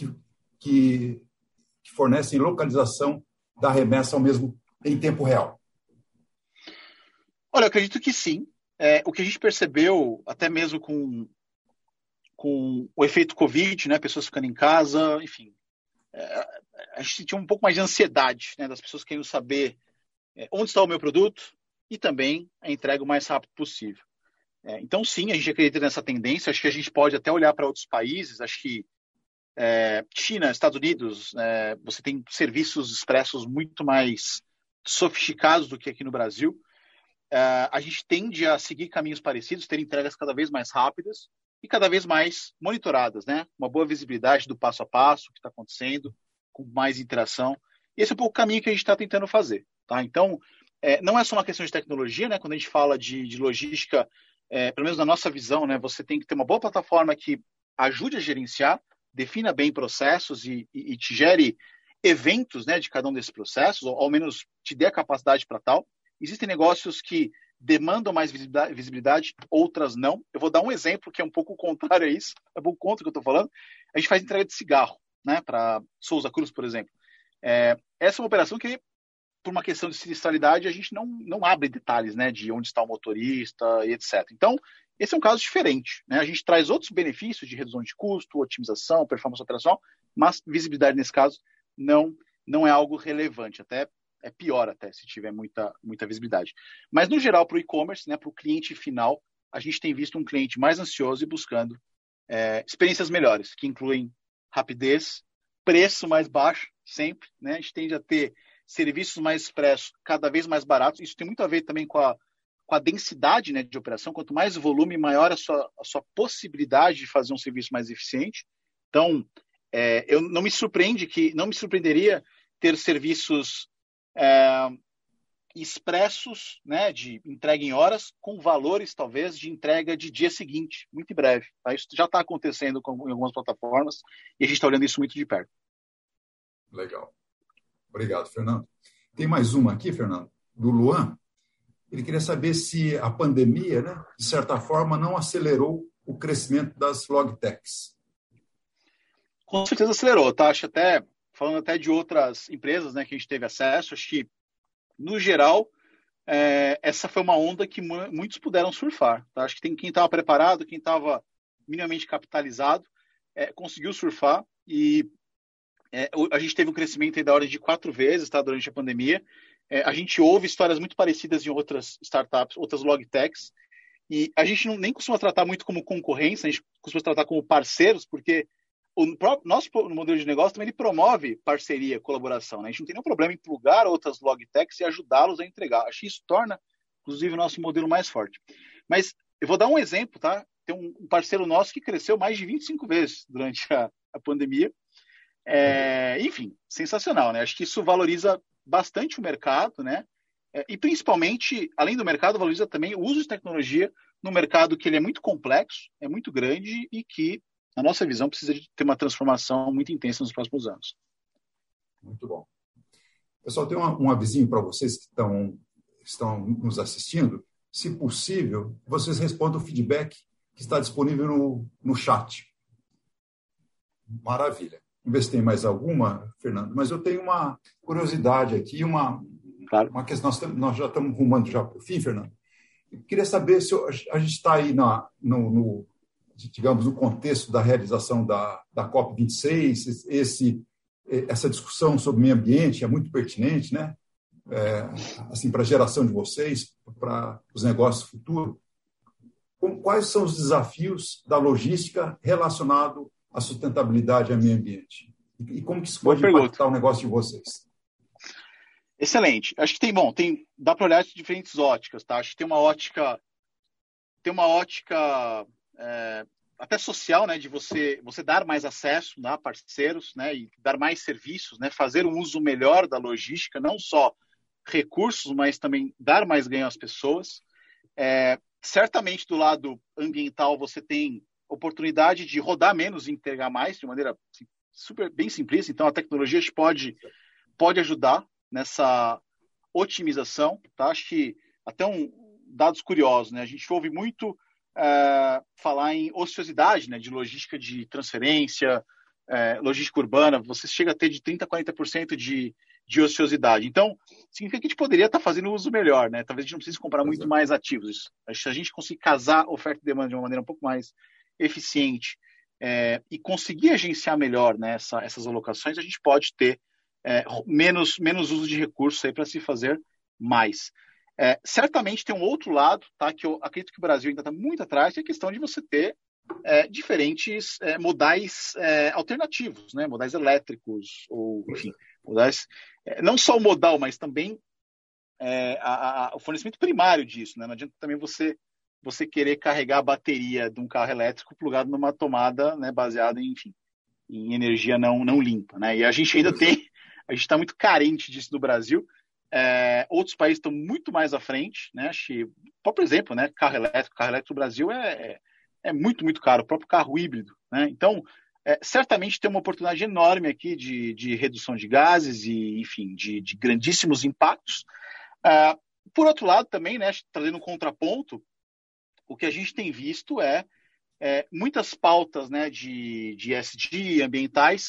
que fornecem localização da remessa ao mesmo em tempo real. Olha, eu acredito que sim. O que a gente percebeu, até mesmo com o efeito Covid, né, pessoas ficando em casa, enfim, a gente tinha um pouco mais de ansiedade, né, das pessoas querendo saber onde está o meu produto e também a entrega o mais rápido possível. Então, sim, a gente acredita nessa tendência. Acho que a gente pode até olhar para outros países. Acho que China, Estados Unidos, você tem serviços expressos muito mais sofisticados do que aqui no Brasil. A gente tende a seguir caminhos parecidos, ter entregas cada vez mais rápidas e cada vez mais monitoradas, né? Uma boa visibilidade do passo a passo, o que está acontecendo, com mais interação. E esse é um pouco o caminho que a gente está tentando fazer, tá? Então, não é só uma questão de tecnologia, né? Quando a gente fala de logística, pelo menos na nossa visão, né? Você tem que ter uma boa plataforma que ajude a gerenciar, defina bem processos e te gere eventos, né, de cada um desses processos, ou ao menos te dê a capacidade para tal. Existem negócios que demandam mais visibilidade, outras não. Eu vou dar um exemplo que é um pouco contrário a isso, é um pouco contra o que eu estou falando. A gente faz entrega de cigarro, né, para Souza Cruz, por exemplo. Essa é uma operação que, por uma questão de sinistralidade, a gente não abre detalhes, né, de onde está o motorista e etc. Então, esse é um caso diferente, né? A gente traz outros benefícios de redução de custo, otimização, performance operacional, mas visibilidade nesse caso não é algo relevante, até é pior até se tiver muita visibilidade. Mas no geral para o e-commerce, né, para o cliente final, a gente tem visto um cliente mais ansioso e buscando experiências melhores, que incluem rapidez, preço mais baixo sempre, né? A gente tende a ter serviços mais expressos, cada vez mais baratos. Isso tem muito a ver também com a densidade, né, de operação. Quanto mais volume, maior a sua possibilidade de fazer um serviço mais eficiente. Então, não me surpreenderia ter serviços expressos, né, de entrega em horas, com valores, talvez, de entrega de dia seguinte, muito em breve. Tá? Isso já está acontecendo em algumas plataformas e a gente está olhando isso muito de perto. Legal. Obrigado, Fernando. Tem mais uma aqui, Fernando, do Luan. Ele queria saber se a pandemia, né, de certa forma, não acelerou o crescimento das logtechs. Com certeza acelerou, tá? Acho até, falando até de outras empresas, né, que a gente teve acesso, acho que, no geral, essa foi uma onda que muitos puderam surfar, tá? Acho que quem estava preparado, quem estava minimamente capitalizado, conseguiu surfar e a gente teve um crescimento aí da ordem de 4 vezes, tá, durante a pandemia. A gente ouve histórias muito parecidas em outras startups, outras logtechs, e a gente nem costuma tratar muito como concorrência, a gente costuma tratar como parceiros, porque o nosso modelo de negócio também ele promove parceria, colaboração, né? A gente não tem nenhum problema em plugar outras logtechs e ajudá-los a entregar. Acho que isso torna, inclusive, o nosso modelo mais forte. Mas eu vou dar um exemplo, tá? Tem um parceiro nosso que cresceu mais de 25 vezes durante a pandemia. Enfim, sensacional, né? Acho que isso valoriza bastante o mercado, né? E principalmente, além do mercado, valoriza também o uso de tecnologia no mercado que ele é muito complexo, é muito grande e que, na nossa visão, precisa de ter uma transformação muito intensa nos próximos anos. Muito bom. Pessoal, tem um avisinho para vocês que estão nos assistindo. Se possível, vocês respondam o feedback que está disponível no chat. Maravilha. Vamos ver se tem mais alguma, Fernando. Mas eu tenho uma curiosidade aqui, Claro. uma questão. Nós já estamos rumando já para o fim, Fernando. Eu queria saber se a gente está aí digamos, no contexto da realização da COP26, essa discussão sobre meio ambiente é muito pertinente, né? Assim, para a geração de vocês, para os negócios futuros. Quais são os desafios da logística relacionados à sustentabilidade e ao meio ambiente? E como que isso pode impactar o negócio de vocês? Excelente. Acho que dá para olhar de diferentes óticas, tá? Acho que tem uma ótica até social, né, de você dar mais acesso, né, a parceiros, né, e dar mais serviços, né, fazer um uso melhor da logística, não só recursos, mas também dar mais ganho às pessoas. Certamente do lado ambiental você tem oportunidade de rodar menos e entregar mais de maneira bem simplista. Então a tecnologia pode ajudar nessa otimização, tá? Acho que até dados curiosos, né? A gente ouve muito falar em ociosidade, né? De logística de transferência, logística urbana, você chega a ter de 30% a 40% de ociosidade. Então, significa que a gente poderia estar fazendo um uso melhor, né? Talvez a gente não precise comprar muito mais ativos. Se a gente conseguir casar oferta e demanda de uma maneira um pouco mais eficiente e conseguir agenciar melhor, né, essas alocações, a gente pode ter menos uso de recursos aí para se fazer mais. Certamente tem um outro lado, tá, que eu acredito que o Brasil ainda está muito atrás, que é a questão de você ter diferentes modais alternativos, né, modais elétricos, ou, enfim, modais, não só o modal, mas também o fornecimento primário disso, né? Não adianta também você querer carregar a bateria de um carro elétrico plugado numa tomada, né, baseada em energia não limpa, né? E a gente ainda está muito carente disso no Brasil. Outros países estão muito mais à frente, né? Por exemplo, né, carro elétrico no Brasil é muito, muito caro, o próprio carro híbrido, né? Então, certamente tem uma oportunidade enorme aqui de redução de gases e, enfim, de grandíssimos impactos. Por outro lado, também, né, trazendo um contraponto, o que a gente tem visto muitas pautas, né, de ESG ambientais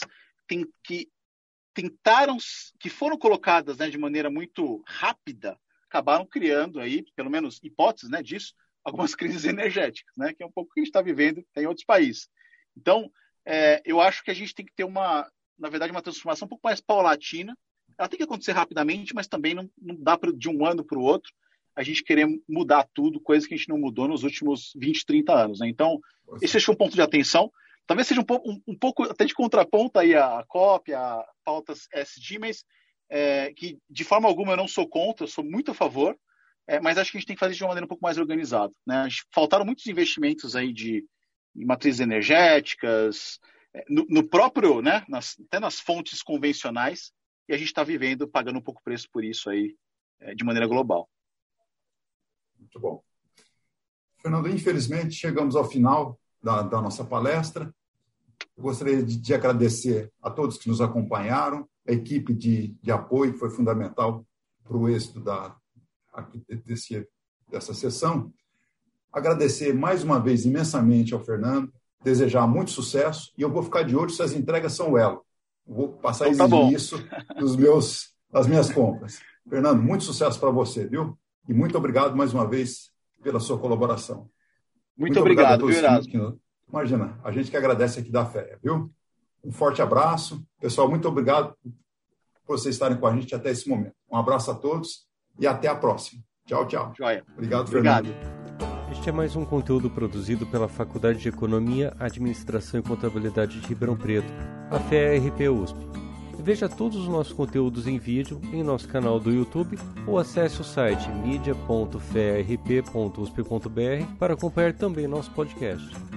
que foram colocadas, né, de maneira muito rápida, acabaram criando aí, pelo menos hipóteses, né, disso, algumas crises energéticas, né, que é um pouco o que a gente está vivendo em outros países. Então, eu acho que a gente tem que ter na verdade, uma transformação um pouco mais paulatina. Ela tem que acontecer rapidamente, mas também não dá de um ano para o outro a gente querer mudar tudo, coisa que a gente não mudou nos últimos 20, 30 anos. Né? Então, esse é um ponto de atenção. Talvez seja um pouco até de contraponto aí a COP, a pautas ESG, mas que de forma alguma eu não sou contra, eu sou muito a favor, mas acho que a gente tem que fazer isso de uma maneira um pouco mais organizada. Né? Faltaram muitos investimentos aí em matrizes energéticas, no próprio, né, até nas fontes convencionais, e a gente está pagando um pouco preço por isso aí, de maneira global. Muito bom. Fernando, infelizmente, chegamos ao final da nossa palestra. Eu gostaria de agradecer a todos que nos acompanharam, a equipe de apoio, que foi fundamental para o êxito aqui dessa sessão, agradecer mais uma vez imensamente ao Fernando, desejar muito sucesso, e eu vou ficar de olho se as entregas são o Elo. Vou passar a exigir isso das minhas compras. Fernando, muito sucesso para você, viu? E muito obrigado mais uma vez pela sua colaboração. Muito obrigado, viu, Erasmo? Imagina, a gente que agradece aqui da FEA, viu? Um forte abraço. Pessoal, muito obrigado por vocês estarem com a gente até esse momento. Um abraço a todos e até a próxima. Tchau, tchau. Joia. Obrigado, Fernando. Este é mais um conteúdo produzido pela Faculdade de Economia, Administração e Contabilidade de Ribeirão Preto, a FEA-RP USP. Veja todos os nossos conteúdos em vídeo em nosso canal do YouTube ou acesse o site media.fearp.usp.br para acompanhar também nosso podcast.